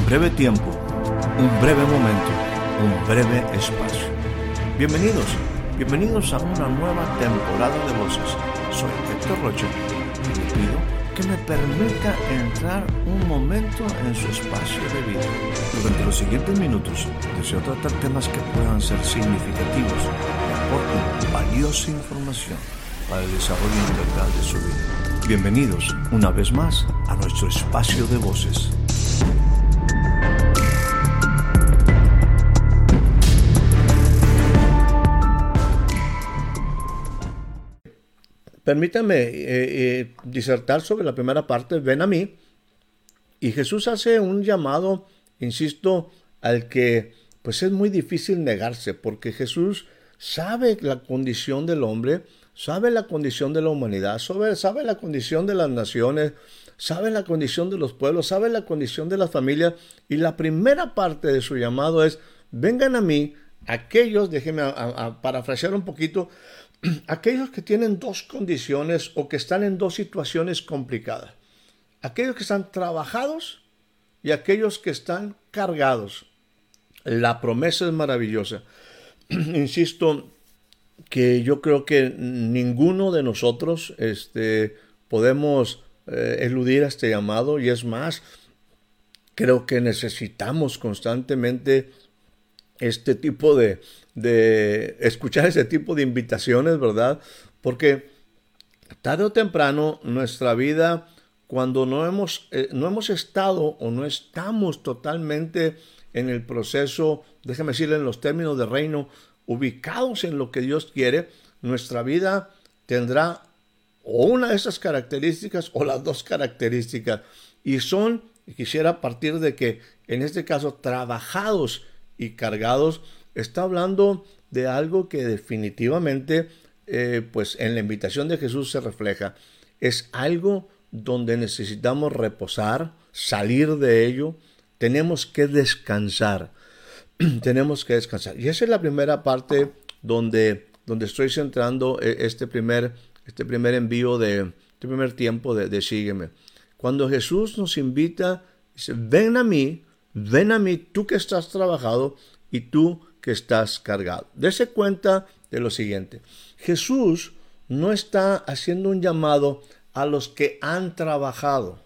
Un breve tiempo, un breve momento, un breve espacio. Bienvenidos a una nueva temporada de Voces. Soy Héctor Rocha y le pido que me permita entrar un momento en su espacio de vida. Durante los siguientes minutos deseo tratar temas que puedan ser significativos y aporten valiosa información para el desarrollo integral de su vida. Bienvenidos una vez más a nuestro espacio de Voces. Permítame disertar sobre la primera parte, ven a mí. Y Jesús hace un llamado, insisto, al que pues es muy difícil negarse, porque Jesús sabe la condición del hombre, sabe la condición de la humanidad, sabe la condición de las naciones, sabe la condición de los pueblos, sabe la condición de las familias. Y la primera parte de su llamado es, vengan a mí aquellos, déjenme parafrasear un poquito, aquellos que tienen dos condiciones o que están en dos situaciones complicadas. Aquellos que están trabajados y aquellos que están cargados. La promesa es maravillosa. Insisto que yo creo que ninguno de nosotros podemos eludir a este llamado, y es más, creo que necesitamos constantemente este tipo de escuchar ese tipo de invitaciones, ¿verdad? Porque tarde o temprano nuestra vida, cuando no hemos estado o no estamos totalmente en el proceso, déjame decirle en los términos del reino, ubicados en lo que Dios quiere, nuestra vida tendrá o una de esas características o las dos características. Y quisiera partir de que en este caso trabajados y cargados, está hablando de algo que definitivamente pues en la invitación de Jesús se refleja. Es algo donde necesitamos reposar, salir de ello. Tenemos que descansar. Tenemos que descansar. Y esa es la primera parte donde estoy centrando este primer envío este primer tiempo de Sígueme. Cuando Jesús nos invita, dice, ven a mí, tú que estás trabajado y tú que estás cargado. Dese cuenta de lo siguiente. Jesús no está haciendo un llamado a los que han trabajado.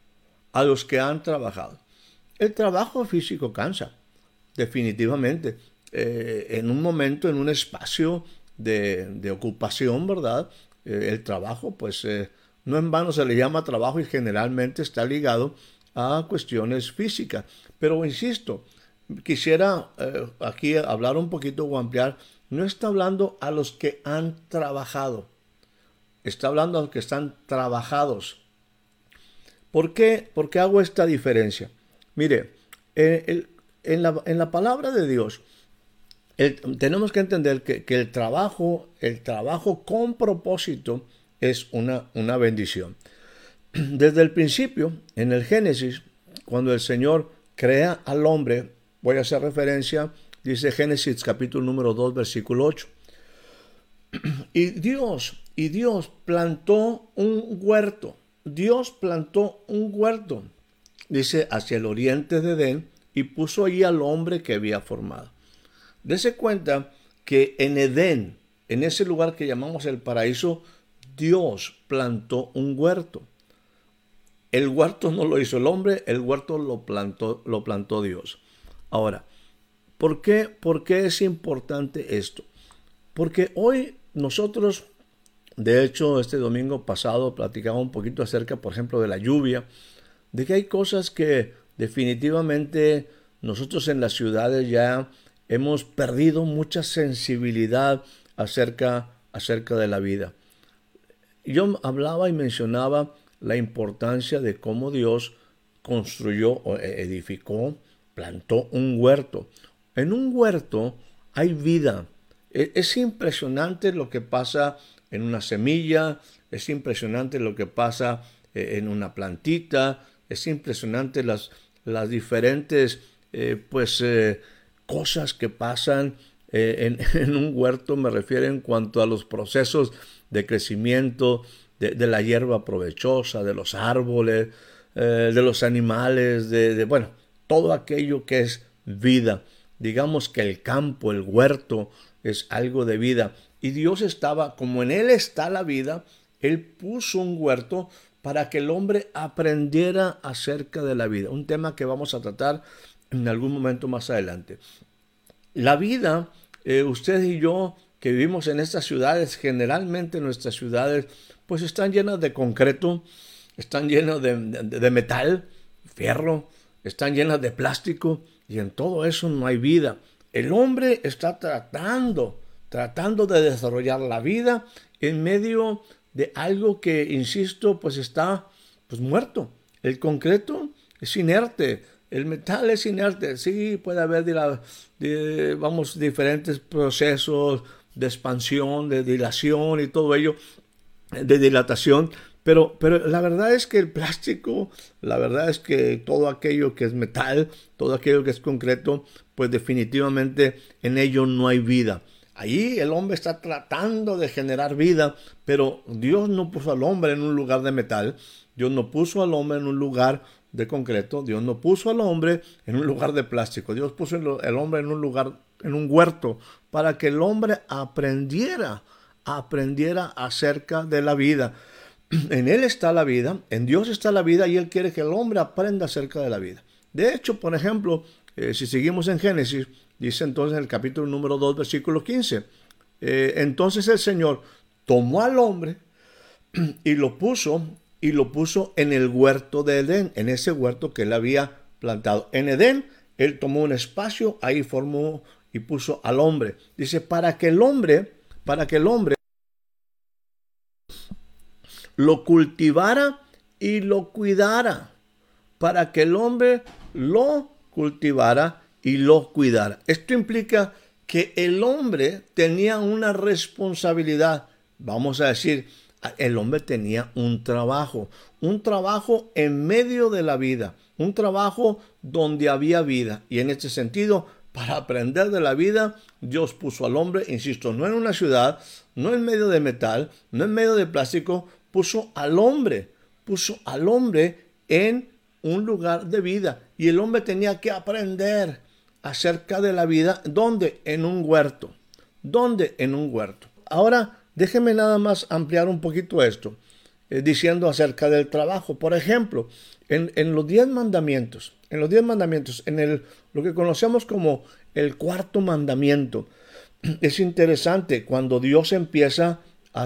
A los que han trabajado. El trabajo físico cansa, definitivamente. En un momento, en un espacio de ocupación, ¿verdad? El trabajo, pues, no en vano se le llama trabajo y generalmente está ligado a cuestiones físicas. Pero insisto, quisiera aquí hablar un poquito o ampliar. No está hablando a los que han trabajado. Está hablando a los que están trabajados. ¿Por qué hago esta diferencia? Mire, en la palabra de Dios, tenemos que entender que el trabajo con propósito es una bendición. Desde el principio, en el Génesis, cuando el Señor crea al hombre, voy a hacer referencia, dice Génesis capítulo número 2, versículo 8. Y Dios plantó un huerto. Dios plantó un huerto, dice, hacia el oriente de Edén, y puso allí al hombre que había formado. Dese cuenta que en Edén, en ese lugar que llamamos el paraíso, Dios plantó un huerto. El huerto no lo hizo el hombre, el huerto lo plantó Dios. Ahora, ¿por qué es importante esto? Porque hoy nosotros, de hecho, este domingo pasado platicaba un poquito acerca, por ejemplo, de la lluvia, de que hay cosas que definitivamente nosotros en las ciudades ya hemos perdido mucha sensibilidad acerca de la vida. Yo hablaba y mencionaba la importancia de cómo Dios construyó o edificó, plantó un huerto. En un huerto hay vida. Es impresionante lo que pasa en una semilla, es impresionante lo que pasa en una plantita, es impresionante las diferentes cosas que pasan en un huerto, me refiero en cuanto a los procesos de crecimiento de la hierba provechosa, de los árboles, de los animales, bueno, todo aquello que es vida. Digamos que el campo, el huerto, es algo de vida. Y Dios estaba, como en Él está la vida, Él puso un huerto para que el hombre aprendiera acerca de la vida. Un tema que vamos a tratar en algún momento más adelante. La vida, usted y yo que vivimos en estas ciudades, generalmente nuestras ciudades, pues están llenas de concreto, están llenas de metal, fierro, están llenas de plástico, y en todo eso no hay vida. El hombre está tratando de desarrollar la vida en medio de algo que, insisto, pues está pues muerto. El concreto es inerte, el metal es inerte. Sí, puede haber diferentes procesos de expansión, de dilación y todo ello, de dilatación, pero la verdad es que el plástico, la verdad es que todo aquello que es metal, todo aquello que es concreto, pues definitivamente en ello no hay vida. Ahí el hombre está tratando de generar vida, pero Dios no puso al hombre en un lugar de metal, Dios no puso al hombre en un lugar de concreto, Dios no puso al hombre en un lugar de plástico, Dios puso al hombre en un lugar, en un huerto, para que el hombre aprendiera acerca de la vida. En Él está la vida, en Dios está la vida, y Él quiere que el hombre aprenda acerca de la vida. De hecho, por ejemplo, si seguimos en Génesis, dice entonces en el capítulo número 2, versículo 15, entonces el Señor tomó al hombre y lo puso en el huerto de Edén, en ese huerto que Él había plantado. En Edén, Él tomó un espacio, ahí formó y puso al hombre. Dice, para que el hombre lo cultivara y lo cuidara, para que el hombre lo cultivara y lo cuidara. Esto implica que el hombre tenía una responsabilidad, vamos a decir, el hombre tenía un trabajo en medio de la vida, un trabajo donde había vida, y en este sentido, para aprender de la vida, Dios puso al hombre, insisto, no en una ciudad, no en medio de metal, no en medio de plástico, puso al hombre en un lugar de vida, y el hombre tenía que aprender acerca de la vida. ¿Dónde? En un huerto. ¿Dónde? En un huerto. Ahora, déjeme nada más ampliar un poquito esto, diciendo acerca del trabajo. Por ejemplo, en los 10 mandamientos, lo que conocemos como el cuarto mandamiento, es interesante cuando Dios empieza a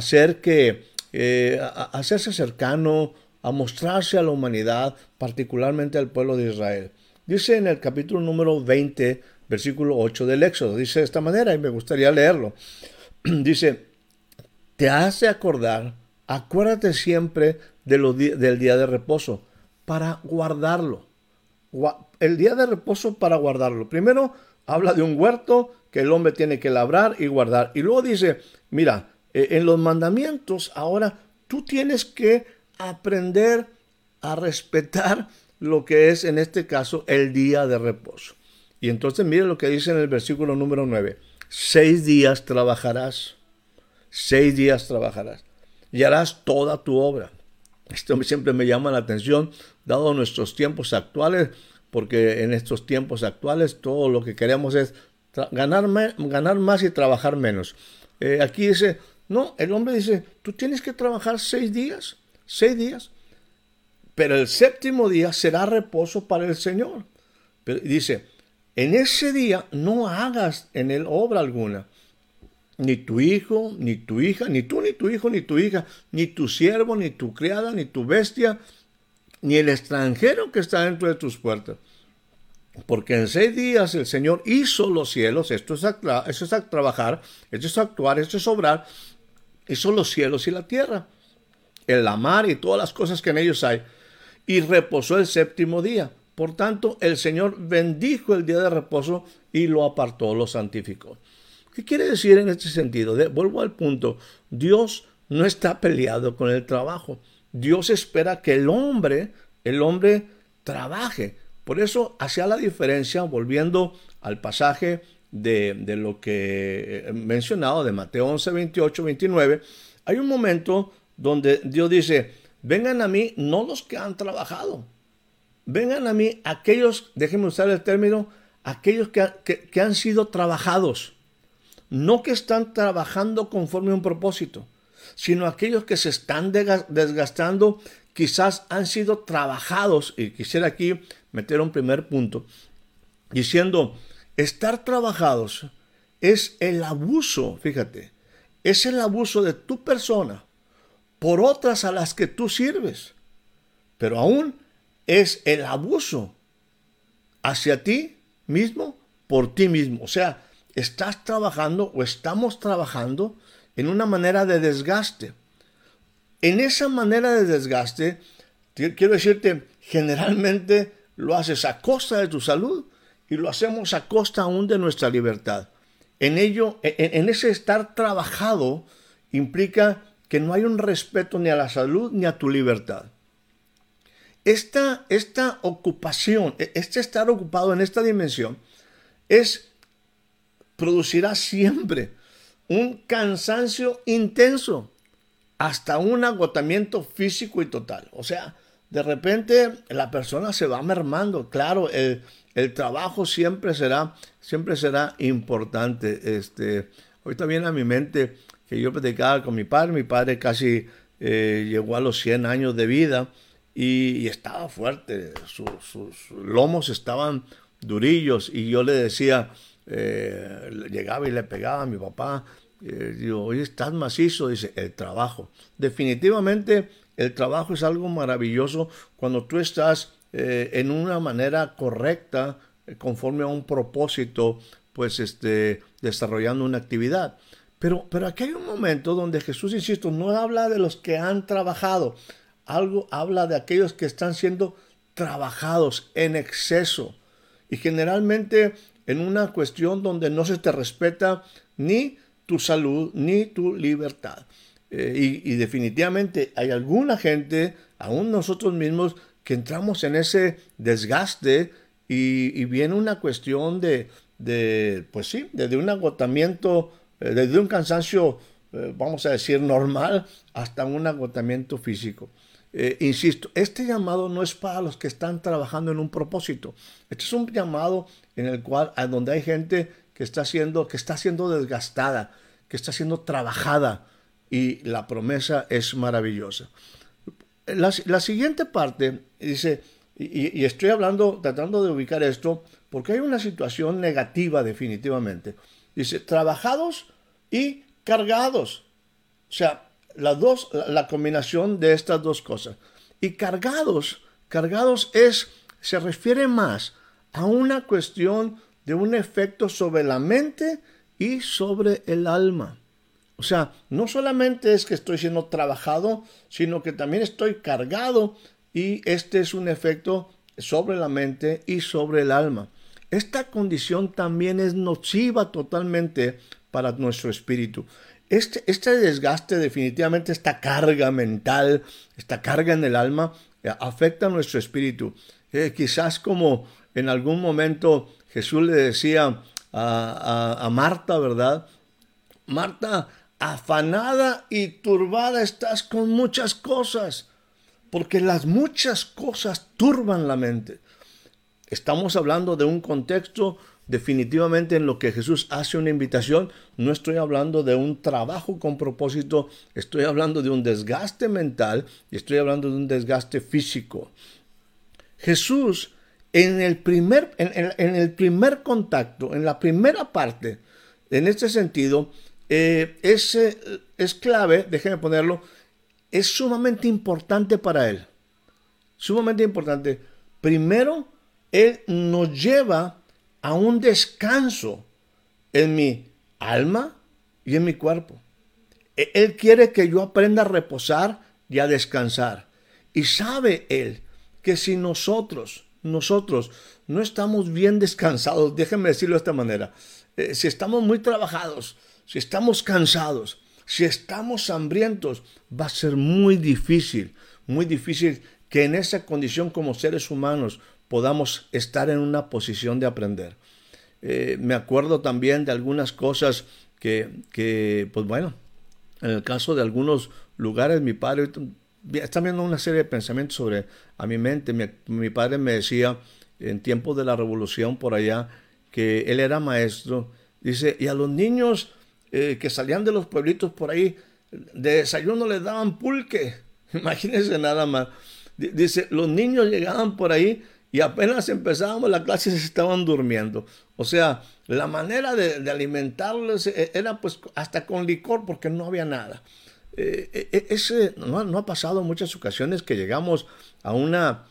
hacerse cercano, a mostrarse a la humanidad, particularmente al pueblo de Israel. Dice en el capítulo número 20, versículo 8 del Éxodo, dice de esta manera, y me gustaría leerlo. Dice, te hace acordar, acuérdate siempre del día de reposo, para guardarlo. El día de reposo para guardarlo. Primero habla de un huerto que el hombre tiene que labrar y guardar. Y luego dice, mira, en los mandamientos ahora tú tienes que aprender a respetar lo que es en este caso el día de reposo. Y entonces mire lo que dice en el versículo número 9. 6 días trabajarás. 6 días trabajarás. Y harás toda tu obra. Esto siempre me llama la atención, dado nuestros tiempos actuales, porque en estos tiempos actuales todo lo que queremos es ganar más y trabajar menos. Aquí dice, no, el hombre dice, tú tienes que trabajar 6 días, 6 días, pero el séptimo día será reposo para el Señor. Pero dice, en ese día no hagas en él obra alguna. Ni tu hijo, ni tu hija, ni tú, ni tu hijo, ni tu hija, ni tu siervo, ni tu criada, ni tu bestia, ni el extranjero que está dentro de tus puertas. Porque en 6 días el Señor hizo los cielos, esto es trabajar, esto es actuar, esto es obrar, hizo los cielos y la tierra, la mar y todas las cosas que en ellos hay, y reposó el séptimo día. Por tanto, el Señor bendijo el día de reposo y lo apartó, lo santificó. ¿Qué quiere decir en este sentido? Vuelvo al punto. Dios no está peleado con el trabajo. Dios espera que el hombre trabaje. Por eso hacía la diferencia, volviendo al pasaje de lo que he mencionado, de Mateo 11, 28, 29. Hay un momento donde Dios dice, vengan a mí no los que han trabajado. vengan a mí aquellos, déjenme usar el término, aquellos que han sido trabajados, no que están trabajando conforme a un propósito, sino aquellos que se están desgastando, quizás han sido trabajados. Y quisiera aquí meter un primer punto, diciendo, estar trabajados es el abuso, fíjate, es el abuso de tu persona por otras a las que tú sirves, pero aún es el abuso hacia ti mismo por ti mismo. O sea, estás trabajando o estamos trabajando en una manera de desgaste. En esa manera de desgaste, quiero decirte, generalmente lo haces a costa de tu salud y lo hacemos a costa aún de nuestra libertad. En ello, en ese estar trabajado, implica que no hay un respeto ni a la salud ni a tu libertad. Esta ocupación, este estar ocupado en esta dimensión, producirá siempre un cansancio intenso, hasta un agotamiento físico y total. O sea, de repente la persona se va mermando. Claro, el trabajo siempre será importante. Ahorita viene a mi mente que yo platicaba con mi padre casi llegó a los 100 años de vida y estaba fuerte, sus lomos estaban durillos y yo le decía, llegaba y le pegaba a mi papá, digo, oye, estás macizo, dice, el trabajo. Definitivamente el trabajo es algo maravilloso cuando tú estás en una manera correcta, conforme a un propósito, pues desarrollando una actividad. Pero aquí hay un momento donde Jesús, insisto, no habla de los que han trabajado, habla de aquellos que están siendo trabajados en exceso y generalmente en una cuestión donde no se te respeta ni tu salud ni tu libertad. Y definitivamente hay alguna gente, aún nosotros mismos, que entramos en ese desgaste y viene una cuestión de un agotamiento, desde un cansancio, vamos a decir, normal, hasta un agotamiento físico. Insisto, este llamado no es para los que están trabajando en un propósito. Este es un llamado en el cual, donde hay gente que está siendo desgastada, que está siendo trabajada, y la promesa es maravillosa. La siguiente parte dice, y estoy tratando de ubicar esto, porque hay una situación negativa definitivamente. Dice, trabajados y cargados. O sea, la combinación de estas dos cosas. Y cargados se refiere más a una cuestión de un efecto sobre la mente y sobre el alma. O sea, no solamente es que estoy siendo trabajado, sino que también estoy cargado, y este es un efecto sobre la mente y sobre el alma. Esta condición también es nociva totalmente para nuestro espíritu. Este desgaste, definitivamente, esta carga mental, esta carga en el alma, afecta a nuestro espíritu. Quizás como en algún momento Jesús le decía a Marta, ¿verdad? Marta, afanada y turbada estás con muchas cosas, porque las muchas cosas turban la mente. Estamos hablando de un contexto definitivamente en lo que Jesús hace una invitación. No estoy hablando de un trabajo con propósito, estoy hablando de un desgaste mental y estoy hablando de un desgaste físico. Jesús, en el primer contacto, en la primera parte, en este sentido, es clave, déjenme ponerlo, es sumamente importante para él. Sumamente importante. Primero, él nos lleva a un descanso en mi alma y en mi cuerpo. Él quiere que yo aprenda a reposar y a descansar. Y sabe él que si nosotros no estamos bien descansados, déjenme decirlo de esta manera, si estamos muy trabajados, si estamos cansados, si estamos hambrientos, va a ser muy difícil que en esa condición como seres humanos podamos estar en una posición de aprender. Me acuerdo también de algunas cosas que, pues bueno, en el caso de algunos lugares, mi padre está viendo una serie de pensamientos sobre a mi mente. Mi padre me decía en tiempos de la revolución por allá, que él era maestro, dice, y a los niños que salían de los pueblitos por ahí, de desayuno les daban pulque. Imagínense nada más. Dice, los niños llegaban por ahí y apenas empezábamos la clase se estaban durmiendo. O sea, la manera de alimentarlos era pues hasta con licor porque no había nada. No ha pasado en muchas ocasiones que llegamos a una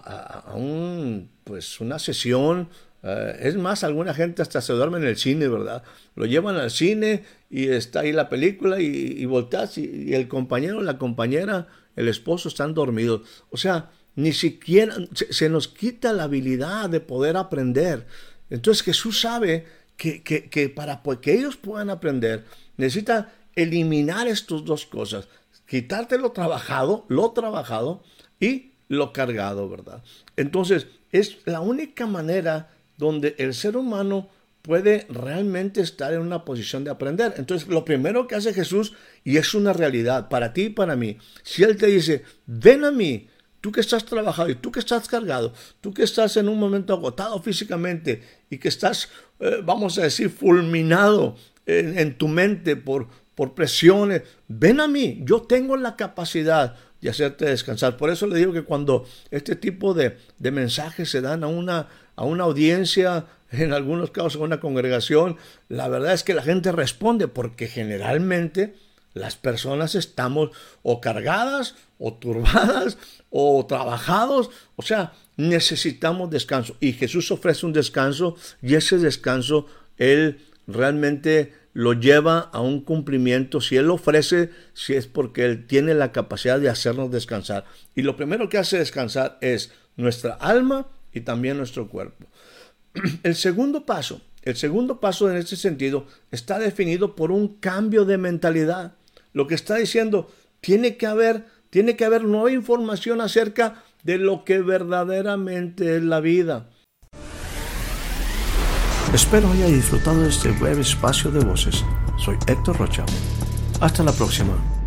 sesión. Es más, alguna gente hasta se duerme en el cine, ¿verdad? Lo llevan al cine y está ahí la película y volteas y el compañero, la compañera, el esposo están dormidos. O sea, ni siquiera se nos quita la habilidad de poder aprender. Entonces Jesús sabe que para que ellos puedan aprender, necesita eliminar estas dos cosas. Quitarte lo trabajado y lo cargado, ¿verdad? Entonces, es la única manera donde el ser humano puede realmente estar en una posición de aprender. Entonces, lo primero que hace Jesús, y es una realidad para ti y para mí, si Él te dice, ven a mí, tú que estás trabajado y tú que estás cargado, tú que estás en un momento agotado físicamente y que estás, vamos a decir, fulminado en tu mente por presiones, ven a mí, yo tengo la capacidad de hacerte descansar. Por eso le digo que cuando este tipo de mensajes se dan a una audiencia, en algunos casos a una congregación, la verdad es que la gente responde porque generalmente las personas estamos o cargadas o turbadas o trabajados, o sea, necesitamos descanso y Jesús ofrece un descanso y ese descanso Él realmente lo lleva a un cumplimiento. Si Él lo ofrece, si es porque Él tiene la capacidad de hacernos descansar. Y lo primero que hace descansar es nuestra alma y también nuestro cuerpo. El segundo paso en este sentido está definido por un cambio de mentalidad. Lo que está diciendo, tiene que haber nueva información acerca de lo que verdaderamente es la vida. Espero haya disfrutado de este breve espacio de voces. Soy Héctor Rocha. Hasta la próxima.